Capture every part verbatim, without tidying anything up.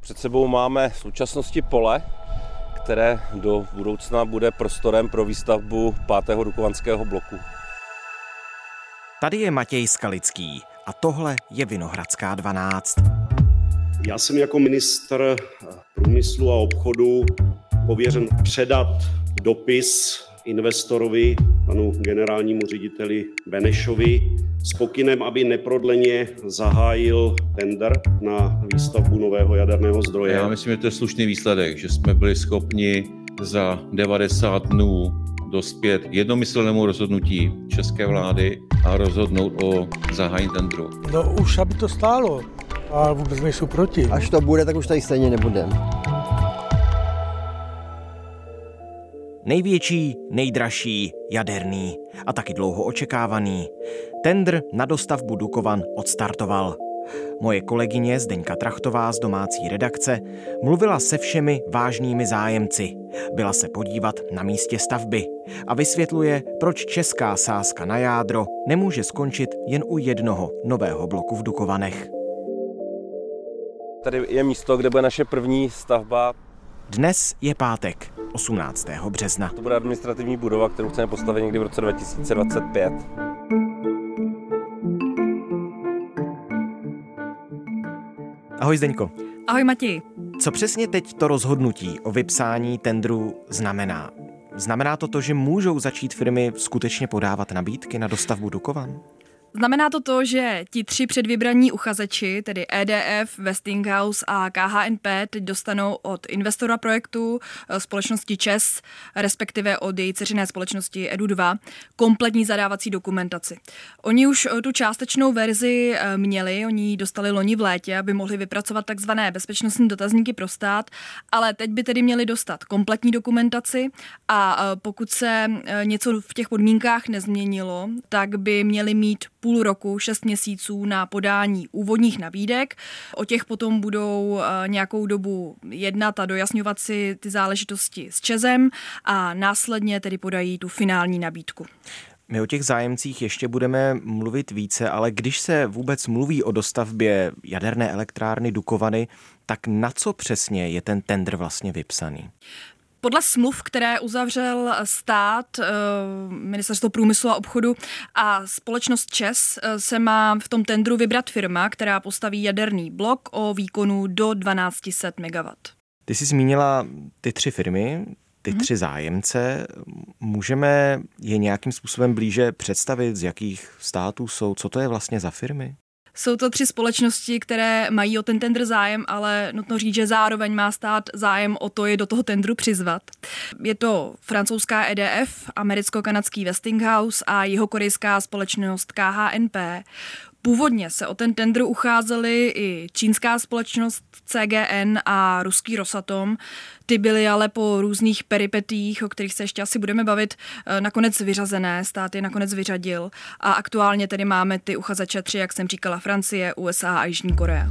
Před sebou máme v současnosti pole, které do budoucna bude prostorem pro výstavbu pátého dukovanského bloku. Tady je Matěj Skalický a tohle je Vinohradská dvanáct. Já jsem jako ministr průmyslu a obchodu pověřen předat dopis investorovi, panu generálnímu řediteli Benešovi, s pokynem, aby neprodleně zahájil tendr na výstavbu nového jaderného zdroje. Já myslím, že to je slušný výsledek, že jsme byli schopni za devadesát dnů dospět k jednomyslnému rozhodnutí české vlády a rozhodnout o zahájení tendru. No už, aby to stálo. A vůbec nejsou proti. Až to bude, tak už tady stejně nebudeme. Největší, nejdražší, jaderný a taky dlouho očekávaný. Tendr na dostavbu Dukovan odstartoval. Moje kolegyně Zdeňka Trachtová z domácí redakce mluvila se všemi vážnými zájemci. Byla se podívat na místě stavby a vysvětluje, proč česká sázka na jádro nemůže skončit jen u jednoho nového bloku v Dukovanech. Tady je místo, kde bude naše první stavba. Dnes je pátek, osmnáctého března. To bude administrativní budova, kterou chceme postavit někdy v roce dva tisíce dvacet pět. Ahoj Zdeňko. Ahoj Matěj. Co přesně teď to rozhodnutí o vypsání tendru znamená? Znamená to to, že můžou začít firmy skutečně podávat nabídky na dostavbu Dukovan? Znamená to to, že ti tři předvybraní uchazeči, tedy E D F, Westinghouse a K H N P, teď dostanou od investora projektu, společnosti ČEZ, respektive od její dceřiné společnosti Edu dva, kompletní zadávací dokumentaci. Oni už tu částečnou verzi měli, oni ji dostali loni v létě, aby mohli vypracovat takzvané bezpečnostní dotazníky pro stát, ale teď by tedy měli dostat kompletní dokumentaci a pokud se něco v těch podmínkách nezměnilo, tak by měli mít půl roku, šest měsíců na podání úvodních nabídek. O těch potom budou nějakou dobu jednat a dojasňovat si ty záležitosti s ČEZem a následně tedy podají tu finální nabídku. My o těch zájemcích ještě budeme mluvit více, ale když se vůbec mluví o dostavbě jaderné elektrárny Dukovany, tak na co přesně je ten tendr vlastně vypsaný? Podle smluv, které uzavřel stát, Ministerstvo průmyslu a obchodu a společnost ČEZ, se má v tom tendru vybrat firma, která postaví jaderný blok o výkonu do dvanáct set megawattů. Ty jsi zmínila ty tři firmy, ty hmm. tři zájemce. Můžeme je nějakým způsobem blíže představit, z jakých států jsou? Co to je vlastně za firmy? Jsou to tři společnosti, které mají o ten tendr zájem, ale nutno říct, že zároveň má stát zájem o to je do toho tendru přizvat. Je to francouzská E D F, americko-kanadský Westinghouse a jihokorejská společnost K H N P. Původně se o ten tendr ucházely i čínská společnost C G N a ruský Rosatom. Ty byly ale po různých peripetích, o kterých se ještě asi budeme bavit, nakonec vyřazené. Stát je nakonec vyřadil a aktuálně tedy máme ty uchazeče tři, jak jsem říkala, Francie, U S A a Jižní Korea.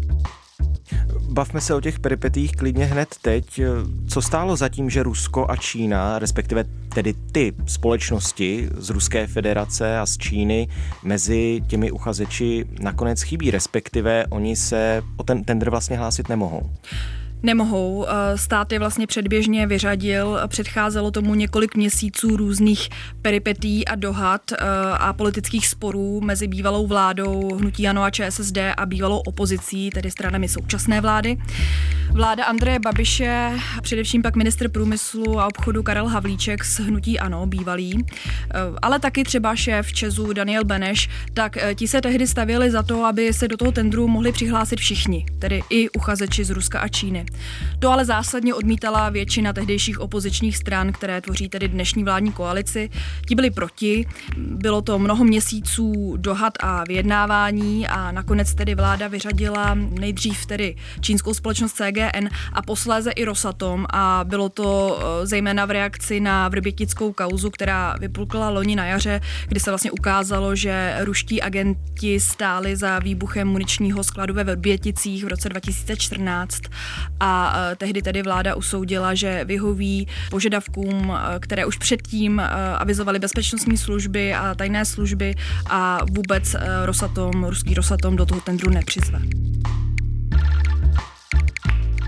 Bavme se o těch peripetích klidně hned teď. Co stálo za tím, že Rusko a Čína, respektive tedy ty společnosti z Ruské federace a z Číny mezi těmi uchazeči nakonec chybí, respektive oni se o ten tendr vlastně hlásit nemohou? Nemohou. Stát je vlastně předběžně vyřadil, předcházelo tomu několik měsíců různých peripetí a dohad a politických sporů mezi bývalou vládou hnutí ANO a Č S S D a bývalou opozicí, tedy stranami současné vlády. Vláda Andreje Babiše, především pak ministr průmyslu a obchodu Karel Havlíček z hnutí ANO, bývalý, ale taky třeba šéf ČEZu Daniel Beneš, tak ti se tehdy stavěli za to, aby se do toho tendru mohli přihlásit všichni, tedy i uchazeči z Ruska a Číny. To ale zásadně odmítala většina tehdejších opozičních stran, které tvoří tedy dnešní vládní koalici. Ti byli proti, bylo to mnoho měsíců dohad a vyjednávání a nakonec tedy vláda vyřadila nejdřív tedy čínskou společnost C G N a posléze i Rosatom a bylo to zejména v reakci na vrbětickou kauzu, která vypukla loni na jaře, kdy se vlastně ukázalo, že ruští agenti stáli za výbuchem muničního skladu ve Vrběticích v roce dva tisíce čtrnáct a tehdy tedy vláda usoudila, že vyhoví požadavkům, které už předtím avizovaly bezpečnostní služby a tajné služby a vůbec Rosatom, ruský Rosatom do toho tendru nepřizve.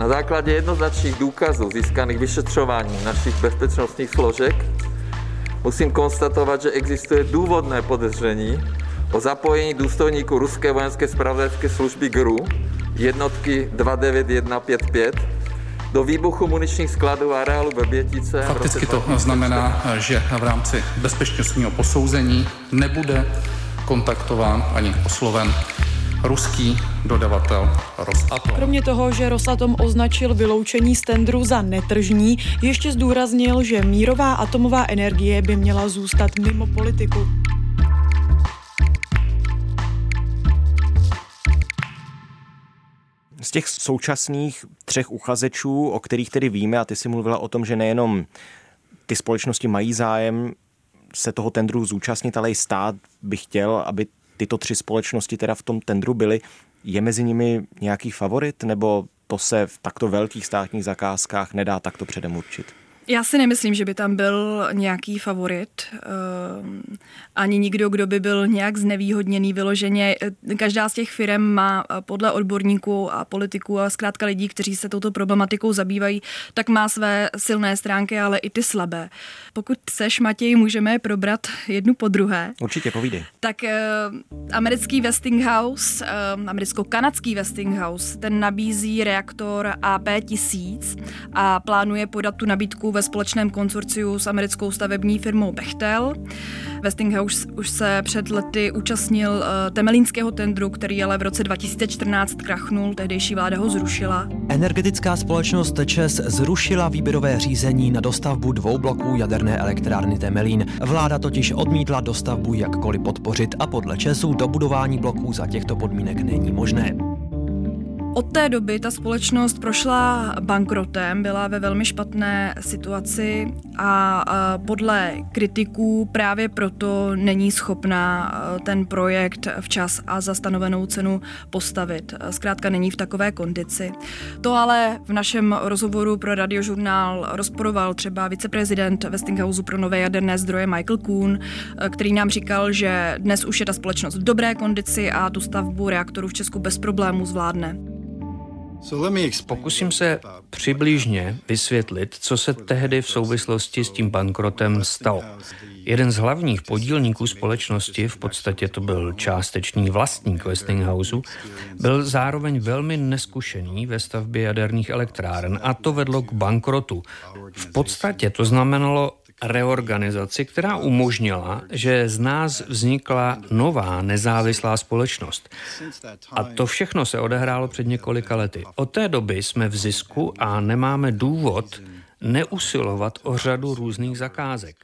Na základě jednoznačných důkazů získaných vyšetřováním našich bezpečnostních složek musím konstatovat, že existuje důvodné podezření o zapojení důstojníků ruské vojenské zpravodajské služby G R U jednotky dva devět jedna pět pět do výbuchu muničních skladů a areálu Vrbětice. Fakticky to znamená, že v rámci bezpečnostního posouzení nebude kontaktován ani osloven ruský dodavatel Rosatom. Kromě toho, že Rosatom označil vyloučení z tendru za netržní, ještě zdůraznil, že mírová atomová energie by měla zůstat mimo politiku. Z těch současných třech uchazečů, o kterých tedy víme, a ty si mluvila o tom, že nejenom ty společnosti mají zájem se toho tendru zúčastnit, ale i stát by chtěl, aby tyto tři společnosti teda v tom tendru byly. Je mezi nimi nějaký favorit, nebo to se v takto velkých státních zakázkách nedá takto předem určit? Já si nemyslím, že by tam byl nějaký favorit, ani nikdo, kdo by byl nějak znevýhodněný vyloženě. Každá z těch firm má podle odborníků a politiků a zkrátka lidí, kteří se touto problematikou zabývají, tak má své silné stránky, ale i ty slabé. Pokud seš, Matěj, můžeme je probrat jednu po druhé. Určitě, povídej. Tak americký Westinghouse, americko-kanadský Westinghouse, ten nabízí reaktor A P tisíc a plánuje podat tu nabídku ve společném konsorciu s americkou stavební firmou Bechtel. Westinghouse už se před lety účastnil temelínského tendru, který ale v roce dva tisíce čtrnáct krachnul, tehdejší vláda ho zrušila. Energetická společnost ČEZ zrušila výběrové řízení na dostavbu dvou bloků jaderné elektrárny Temelín. Vláda totiž odmítla dostavbu jakkoliv podpořit a podle ČEZu dobudování bloků za těchto podmínek není možné. Od té doby ta společnost prošla bankrotem, byla ve velmi špatné situaci a podle kritiků právě proto není schopná ten projekt včas a za stanovenou cenu postavit. Zkrátka není v takové kondici. To ale v našem rozhovoru pro Radiožurnál rozporoval třeba viceprezident Westinghouse pro nové jaderné zdroje Michael Kuhn, který nám říkal, že dnes už je ta společnost v dobré kondici a tu stavbu reaktoru v Česku bez problémů zvládne. Pokusím se přibližně vysvětlit, co se tehdy v souvislosti s tím bankrotem stalo. Jeden z hlavních podílníků společnosti, v podstatě to byl částečný vlastník Westinghouse, byl zároveň velmi nezkušený ve stavbě jaderných elektráren a to vedlo k bankrotu. V podstatě to znamenalo reorganizaci, která umožnila, že z nás vznikla nová nezávislá společnost. A to všechno se odehrálo před několika lety. Od té doby jsme v zisku a nemáme důvod neusilovat o řadu různých zakázek.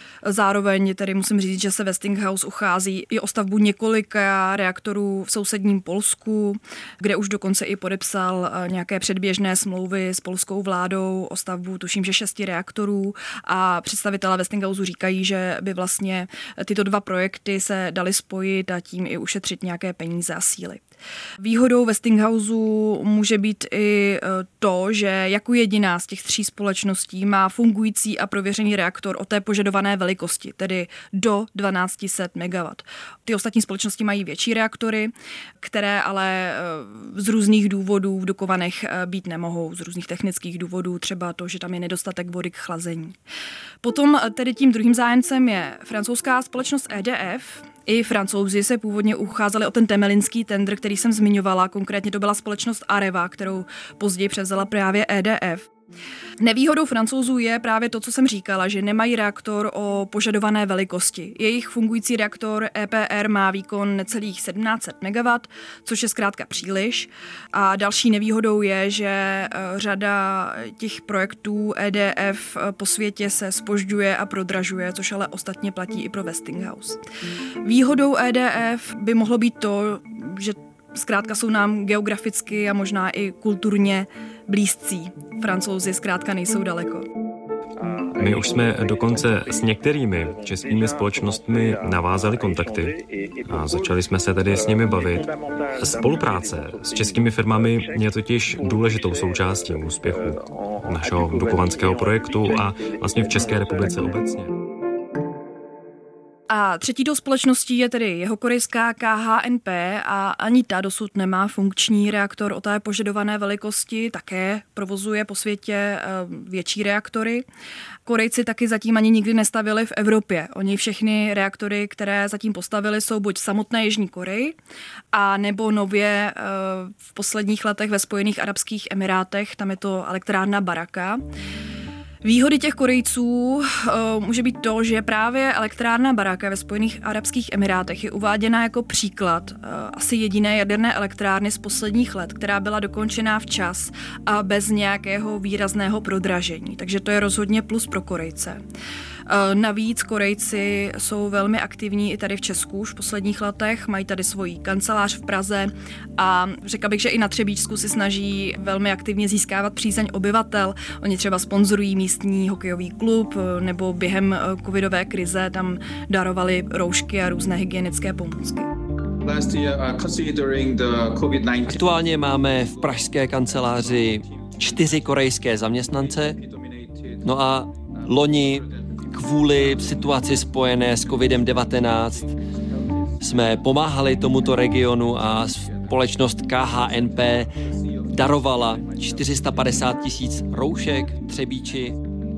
Zároveň tedy musím říct, že se Westinghouse uchází i o stavbu několika reaktorů v sousedním Polsku, kde už dokonce i podepsal nějaké předběžné smlouvy s polskou vládou o stavbu, tuším, že šesti reaktorů a představitelé Westinghouse říkají, že by vlastně tyto dva projekty se daly spojit a tím i ušetřit nějaké peníze a síly. Výhodou Westinghouse může být i to, že jako jediná z těch tří společností má fungující a prověřený reaktor o té požadované velikosti, tedy do dvanáct set megawattů. Ty ostatní společnosti mají větší reaktory, které ale z různých důvodů v Dukovanech být nemohou, z různých technických důvodů, třeba to, že tam je nedostatek vody k chlazení. Potom tedy tím druhým zájemcem je francouzská společnost E D F. I Francouzi se původně ucházeli o ten temelinský tendr, který jsem zmiňovala, konkrétně to byla společnost Areva, kterou později převzala právě E D F. Nevýhodou Francouzů je právě to, co jsem říkala, že nemají reaktor o požadované velikosti. Jejich fungující reaktor E P R má výkon necelých sedmnáct set megawattů, což je zkrátka příliš. A další nevýhodou je, že řada těch projektů E D F po světě se zpožďuje a prodražuje, což ale ostatně platí i pro Westinghouse. Výhodou E D F by mohlo být to, že zkrátka jsou nám geograficky a možná i kulturně blízcí. Francouzi zkrátka nejsou daleko. My už jsme dokonce s některými českými společnostmi navázali kontakty a začali jsme se tedy s nimi bavit. Spolupráce s českými firmami je totiž důležitou součástí úspěchu našeho dukovanského projektu a vlastně v České republice obecně. A třetí tou společností je tedy jihokorejská K H N P a ani ta dosud nemá funkční reaktor o té požadované velikosti, také provozuje po světě větší reaktory. Korejci taky zatím ani nikdy nestavili v Evropě. Oni všechny reaktory, které zatím postavili, jsou buď v samotné Jižní Koreji, a nebo nově v posledních letech ve Spojených arabských emirátech, tam je to elektrárna Baraka. Výhody těch Korejců uh, může být to, že právě elektrárna Baraka ve Spojených arabských emirátech je uváděna jako příklad uh, asi jediné jaderné elektrárny z posledních let, která byla dokončená včas a bez nějakého výrazného prodražení. Takže to je rozhodně plus pro Korejce. Navíc Korejci jsou velmi aktivní i tady v Česku už v posledních letech, mají tady svoji kancelář v Praze a řekla bych, že i na Třebíčsku si snaží velmi aktivně získávat přízeň obyvatel. Oni třeba sponzorují místní hokejový klub nebo během covidové krize tam darovali roušky a různé hygienické pomůcky. Aktuálně máme v pražské kanceláři čtyři korejské zaměstnance, no a loni kvůli situaci spojené s kovidem devatenáct jsme pomáhali tomuto regionu a společnost K H N P darovala čtyři sta padesát tisíc roušek Třebíči.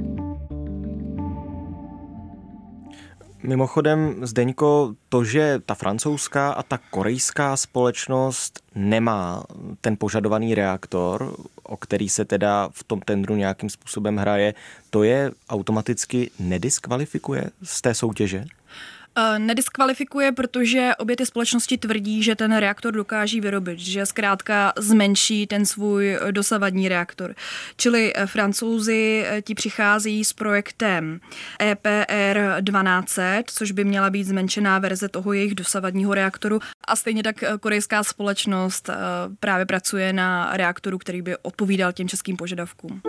Mimochodem, Zdeňko, to, že ta francouzská a ta korejská společnost nemá ten požadovaný reaktor, o který se teda v tom tendru nějakým způsobem hraje, to je automaticky nediskvalifikuje z té soutěže? Nediskvalifikuje, protože obě ty společnosti tvrdí, že ten reaktor dokáží vyrobit, že zkrátka zmenší ten svůj dosavadní reaktor. Čili Francouzi ti přichází s projektem E P R dvanáct set, což by měla být zmenšená verze toho jejich dosavadního reaktoru. A stejně tak korejská společnost právě pracuje na reaktoru, který by odpovídal těm českým požadavkům.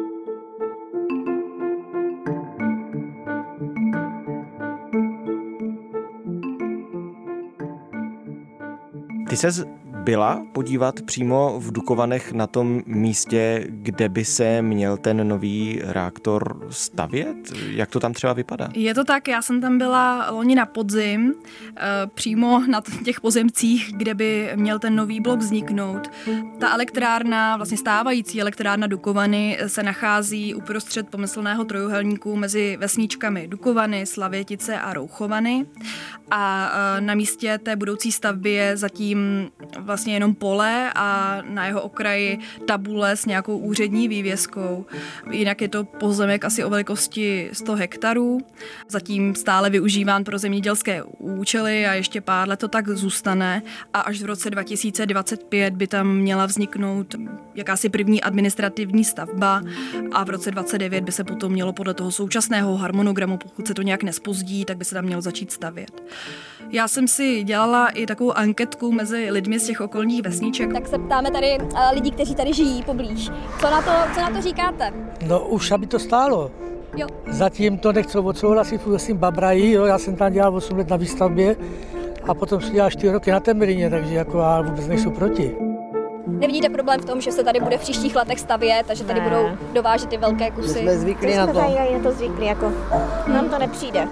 Ty ses byla podívat přímo v Dukovanech na tom místě, kde by se měl ten nový reaktor stavět? Jak to tam třeba vypadá? Je to tak, já jsem tam byla loni na podzim, přímo na těch pozemcích, kde by měl ten nový blok vzniknout. Ta elektrárna, vlastně stávající elektrárna Dukovany se nachází uprostřed pomyslného trojuhelníku mezi vesničkami Dukovany, Slavětice a Rouchovany. A na místě té budoucí stavby je zatím vlastně jenom pole a na jeho okraji tabule s nějakou úřední vývěskou. Jinak je to pozemek asi o velikosti sto hektarů. Zatím stále využíván pro zemědělské účely a ještě pár let to tak zůstane. A až v roce dva tisíce dvacet pět by tam měla vzniknout jakási první administrativní stavba a v roce dvacet devět by se potom mělo podle toho současného harmonogramu, pokud se to nějak nespozdí, tak by se tam mělo začít stavět. Já jsem si dělala i takovou anketku mezi lidmi z těch okolních vesniček. Tak se ptáme tady uh, lidí, kteří tady žijí poblíž. Co na to, co na to říkáte? No už, aby to stálo. Jo. Zatím to nechcou odsouhlasit, furt s tím babrají, jo. Já jsem tam dělal osm let na výstavbě a potom jsem dělal čtyři roky na Temelíně, takže jako já vůbec nejsou proti. Nevidíte problém v tom, že se tady bude v příštích letech stavět, takže tady ne. budou dovážet ty velké kusy? My jsme zvyklí na to. My jsme to zvyklí, jako nám to nepřijde.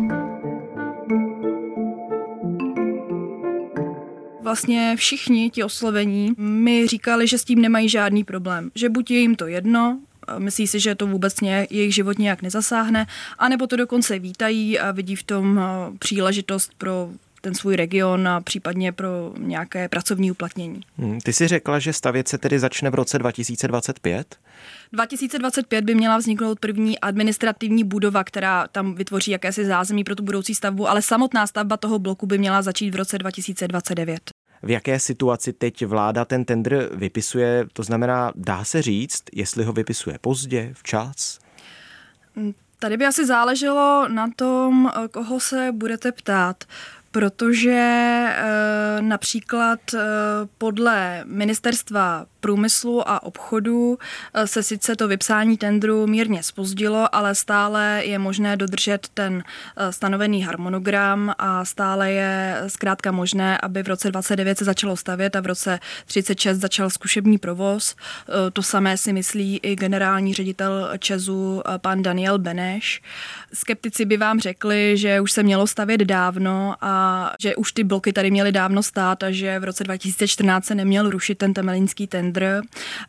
Vlastně všichni ti oslovení mi říkali, že s tím nemají žádný problém. Že buď je jim to jedno, myslí si, že to vůbec ně, jejich život nějak nezasáhne, anebo to dokonce vítají a vidí v tom příležitost pro ten svůj region a případně pro nějaké pracovní uplatnění. Hmm, ty jsi řekla, že stavět se tedy začne v roce dva tisíce dvacet pět? dva tisíce dvacet pět by měla vzniknout první administrativní budova, která tam vytvoří jakési zázemí pro tu budoucí stavbu, ale samotná stavba toho bloku by měla začít v roce dva tisíce dvacet devět. V jaké situaci teď vláda ten tendr vypisuje? To znamená, dá se říct, jestli ho vypisuje pozdě, včas? Tady by asi záleželo na tom, koho se budete ptát, protože e, například e, podle Ministerstva průmyslu a obchodu se sice to vypsání tendru mírně zpozdilo, ale stále je možné dodržet ten stanovený harmonogram a stále je zkrátka možné, aby v roce dvacet devět se začalo stavět a v roce třicet šest začal zkušební provoz. To samé si myslí i generální ředitel ČEZu pan Daniel Beneš. Skeptici by vám řekli, že už se mělo stavět dávno a že už ty bloky tady měly dávno stát a že v roce dva tisíce čtrnáct se neměl rušit ten temelínský tendr.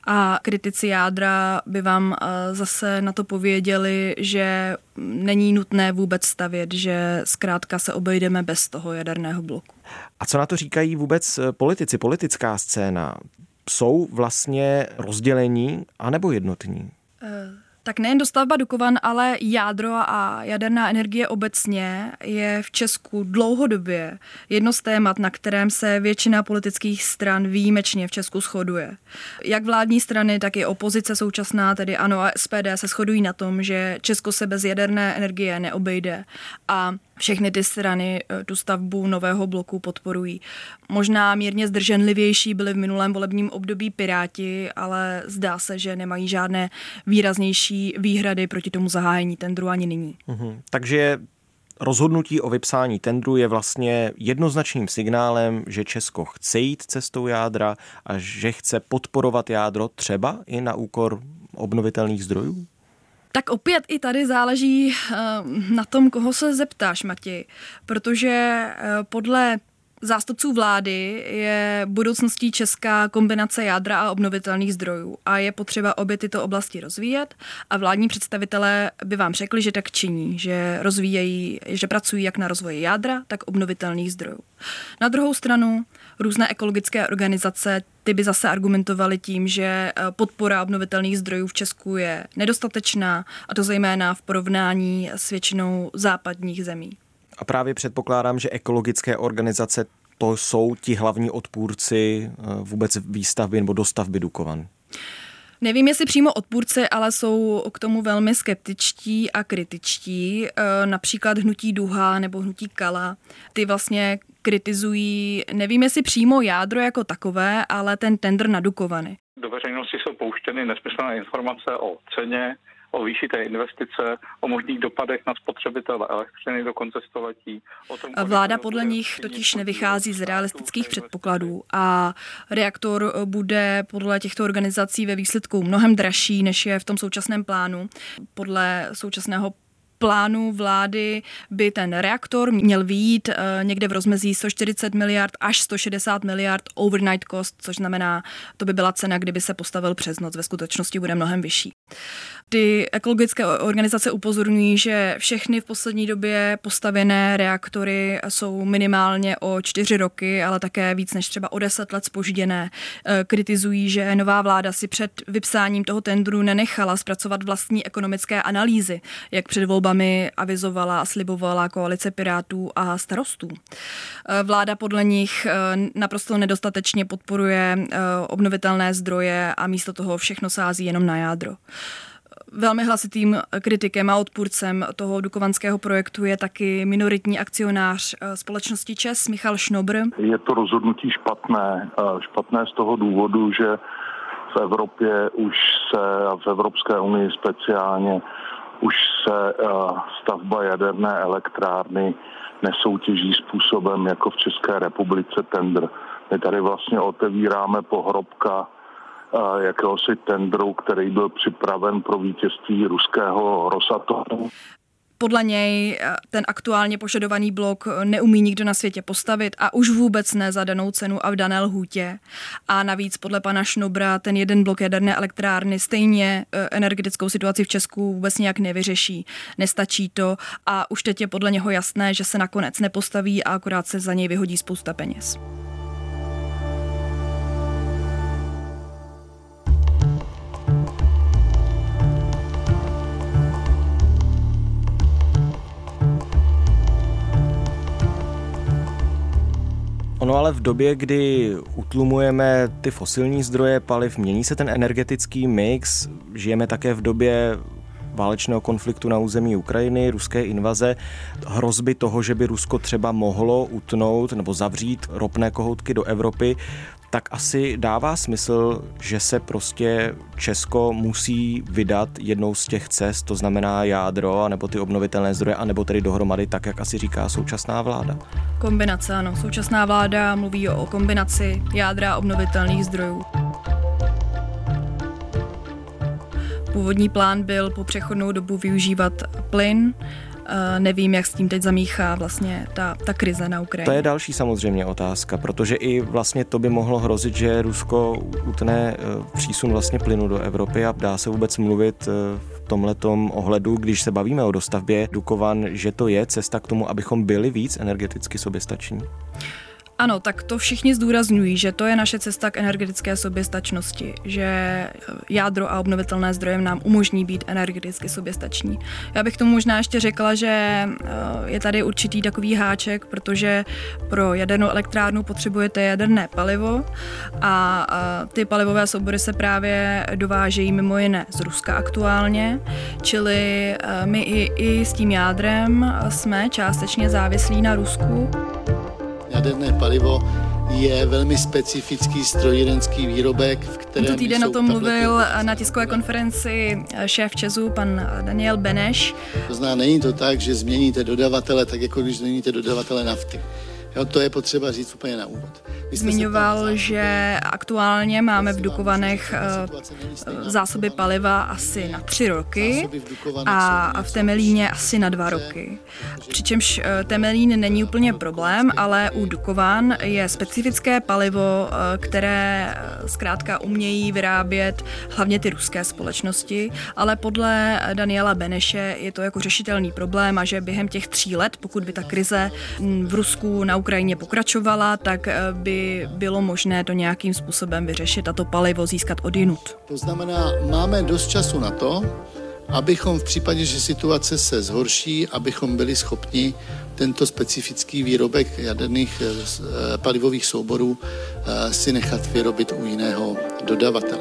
A kritici jádra by vám zase na to pověděli, že není nutné vůbec stavět, že zkrátka se obejdeme bez toho jaderného bloku. A co na to říkají vůbec politici, politická scéna? Jsou vlastně rozdělení anebo jednotní? Uh. Tak nejen dostavba Dukovan, ale jádro a jaderná energie obecně je v Česku dlouhodobě jedno z témat, na kterém se většina politických stran výjimečně v Česku shoduje. Jak vládní strany, tak i opozice současná, tedy ANO a S P D, se shodují na tom, že Česko se bez jaderné energie neobejde a všechny ty strany tu stavbu nového bloku podporují. Možná mírně zdrženlivější byli v minulém volebním období Piráti, ale zdá se, že nemají žádné výraznější výhrady proti tomu zahájení tendru ani nyní. Mhm. Takže rozhodnutí o vypsání tendru je vlastně jednoznačným signálem, že Česko chce jít cestou jádra a že chce podporovat jádro třeba i na úkor obnovitelných zdrojů? Tak opět i tady záleží na tom, koho se zeptáš, Mati, protože podle zástupců vlády je budoucností Česka kombinace jádra a obnovitelných zdrojů a je potřeba obě tyto oblasti rozvíjet a vládní představitelé by vám řekli, že tak činí, že rozvíjejí, že pracují jak na rozvoji jádra, tak obnovitelných zdrojů. Na druhou stranu různé ekologické organizace ty by zase argumentovaly tím, že podpora obnovitelných zdrojů v Česku je nedostatečná a to zejména v porovnání s většinou západních zemí. A právě předpokládám, že ekologické organizace to jsou ti hlavní odpůrci vůbec výstavby nebo dostavby Dukovan. Nevím, jestli přímo odpůrci, ale jsou k tomu velmi skeptičtí a kritičtí. Například hnutí Duha nebo hnutí Kala. Ty vlastně kritizují, nevím, jestli přímo jádro jako takové, ale ten tendr na Dukovany. Do veřejnosti jsou pouštěny nesmyslné informace o ceně, o výši té investice, o možných dopadech na spotřebitele elektřiny do konce století. O tom, Vláda podle nich totiž nevychází z realistických předpokladů a reaktor bude podle těchto organizací ve výsledku mnohem dražší, než je v tom současném plánu. Podle současného plánu vlády by ten reaktor měl vyjít někde v rozmezí sto čtyřicet miliard až sto šedesát miliard overnight cost, což znamená, to by byla cena, kdyby se postavil přes noc. Ve skutečnosti bude mnohem vyšší. Ty ekologické organizace upozorňují, že všechny v poslední době postavené reaktory jsou minimálně o čtyři roky, ale také víc než třeba o deset let zpožděné. Kritizují, že nová vláda si před vypsáním toho tendru nenechala zpracovat vlastní ekonomické analýzy, jak před volbami avizovala a slibovala koalice Pirátů a Starostů. Vláda podle nich naprosto nedostatečně podporuje obnovitelné zdroje a místo toho všechno sází jenom na jádro. Velmi hlasitým kritikem a odpůrcem toho dukovanského projektu je taky minoritní akcionář společnosti ČEZ Michal Šnobr. Je to rozhodnutí špatné. Špatné z toho důvodu, že v Evropě už se, a v Evropské unii speciálně, už se stavba jaderné elektrárny nesoutěží způsobem jako v České republice tendr. My tady vlastně otevíráme pohrobka jakéhosi tendru, který byl připraven pro vítězství ruského Rosatomu. Podle něj ten aktuálně požadovaný blok neumí nikdo na světě postavit a už vůbec ne za danou cenu a v dané lhůtě. A navíc podle pana Šnobra ten jeden blok jaderné elektrárny stejně energetickou situaci v Česku vůbec nějak nevyřeší. Nestačí to a už teď je podle něho jasné, že se nakonec nepostaví a akorát se za něj vyhodí spousta peněz. Ono ale v době, kdy utlumujeme ty fosilní zdroje paliv, mění se ten energetický mix, žijeme také v době válečného konfliktu na území Ukrajiny, ruské invaze, hrozby toho, že by Rusko třeba mohlo utnout nebo zavřít ropné kohoutky do Evropy. tak asi dává smysl, že se prostě Česko musí vydat jednou z těch cest, to znamená jádro, nebo ty obnovitelné zdroje, anebo tedy dohromady, tak jak asi říká současná vláda. Kombinace, ano. Současná vláda mluví o kombinaci jádra a obnovitelných zdrojů. Původní plán byl po přechodnou dobu využívat plyn. Nevím, jak s tím teď zamíchá vlastně ta, ta krize na Ukrajině. To je další samozřejmě otázka, protože i vlastně to by mohlo hrozit, že Rusko utne přísun vlastně plynu do Evropy a dá se vůbec mluvit v tomhletom ohledu, když se bavíme o dostavbě Dukovan, že to je cesta k tomu, abychom byli víc energeticky soběstační? Ano, tak to všichni zdůrazňují, že to je naše cesta k energetické soběstačnosti, že jádro a obnovitelné zdroje nám umožní být energeticky soběstační. Já bych tomu možná ještě řekla, že je tady určitý takový háček, protože pro jadernou elektrárnu potřebujete jaderné palivo a ty palivové soubory se právě dovážejí mimo jiné z Ruska aktuálně, čili my i, i s tím jádrem jsme částečně závislí na Rusku. Jaderné palivo je velmi specifický strojírenský výrobek, v kterém Tento týden o tom mluvil na tiskové konferenci šéf ČEZu, pan Daniel Beneš. To znamená, není to tak, že změníte dodavatele, tak jako když změníte dodavatele nafty. Jo, to je potřeba říct úplně na úvod. Zmiňoval, že aktuálně máme v Dukovanech zásoby paliva asi na tři roky a v Temelíně asi na dva roky. Přičemž Temelín není úplně problém, ale u Dukovan je specifické palivo, které zkrátka umějí vyrábět hlavně ty ruské společnosti, ale podle Daniela Beneše je to jako řešitelný problém a že během těch tří let, pokud by ta krize v Rusku na Ukrajině pokračovala, tak by bylo možné to nějakým způsobem vyřešit a to palivo získat odjinud. To znamená, máme dost času na to, abychom v případě, že situace se zhorší, abychom byli schopni tento specifický výrobek jaderných palivových souborů si nechat vyrobit u jiného dodavatele.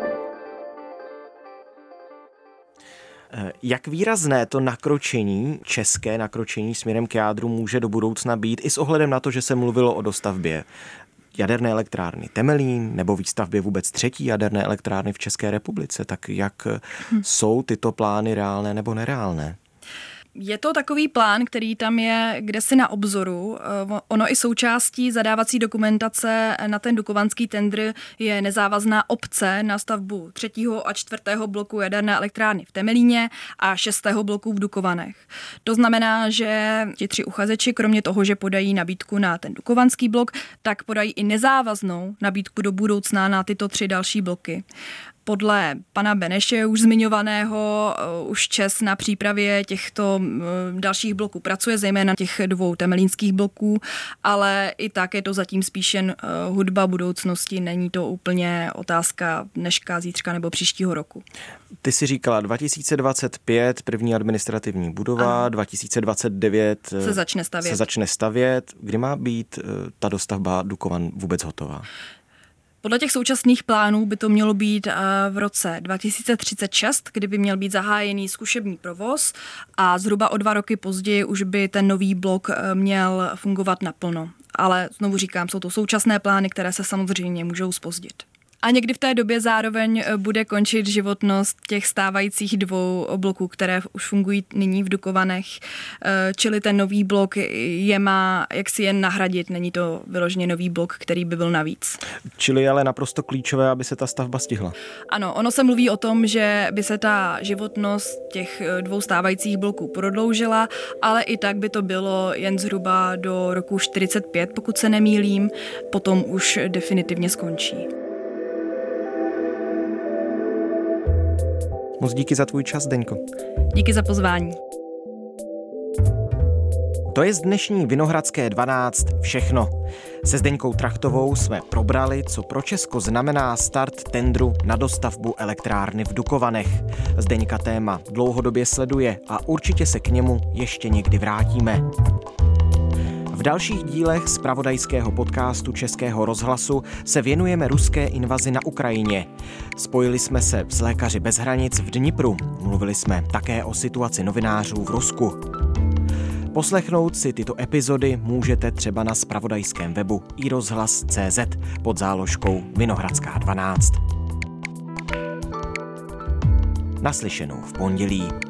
Jak výrazné to nakročení, české nakročení směrem k jádru může do budoucna být i s ohledem na to, že se mluvilo o dostavbě jaderné elektrárny Temelín nebo výstavbě vůbec třetí jaderné elektrárny v České republice, tak jak hm. jsou tyto plány reálné nebo nereálné? Je to takový plán, který tam je kdesi na obzoru. Ono i součástí zadávací dokumentace na ten dukovanský tendr je nezávazná opce na stavbu třetího a čtvrtého bloku jaderné elektrárny v Temelíně a šestého bloku v Dukovanech. To znamená, že ti tři uchazeči, kromě toho, že podají nabídku na ten dukovanský blok, tak podají i nezávaznou nabídku do budoucna na tyto tři další bloky. Podle pana Beneše, už zmiňovaného, už ČEZ na přípravě těchto dalších bloků pracuje, zejména těch dvou temelínských bloků, ale i tak je to zatím spíš jen hudba budoucnosti, není to úplně otázka dneška, zítřka nebo příštího roku. Ty jsi říkala dva tisíce dvacet pět první administrativní budova, ano. dva tisíce dvacet devět se začne stavět. se začne stavět. Kdy má být ta dostavba Dukovan vůbec hotová? Podle těch současných plánů by to mělo být v roce dva tisíce třicet šest, kdy by měl být zahájený zkušební provoz a zhruba o dva roky později už by ten nový blok měl fungovat naplno. Ale znovu říkám, jsou to současné plány, které se samozřejmě můžou zpozdit. A někdy v té době zároveň bude končit životnost těch stávajících dvou bloků, které už fungují nyní v Dukovanech. Čili ten nový blok je má jak si jen nahradit, není to vyloženě nový blok, který by byl navíc. Čili ale naprosto klíčové, aby se ta stavba stihla. Ano, ono se mluví o tom, že by se ta životnost těch dvou stávajících bloků prodloužila, ale i tak by to bylo jen zhruba do roku čtyřicet pět, pokud se nemýlím, potom už definitivně skončí. Moc díky za tvůj čas, Zdeňko. Díky za pozvání. To je z dnešní Vinohradské dvanáct všechno. Se Zdeňkou Trachtovou jsme probrali, co pro Česko znamená start tendru na dostavbu elektrárny v Dukovanech. Zdeňka téma dlouhodobě sleduje a určitě se k němu ještě někdy vrátíme. V dalších dílech zpravodajského podcastu Českého rozhlasu se věnujeme ruské invazi na Ukrajině. Spojili jsme se s Lékaři bez hranic v Dnipru. Mluvili jsme také o situaci novinářů v Rusku. Poslechnout si tyto epizody můžete třeba na zpravodajském webu i rozhlas tečka cé zet pod záložkou Vinohradská dvanáct. Naslyšenou v pondělí.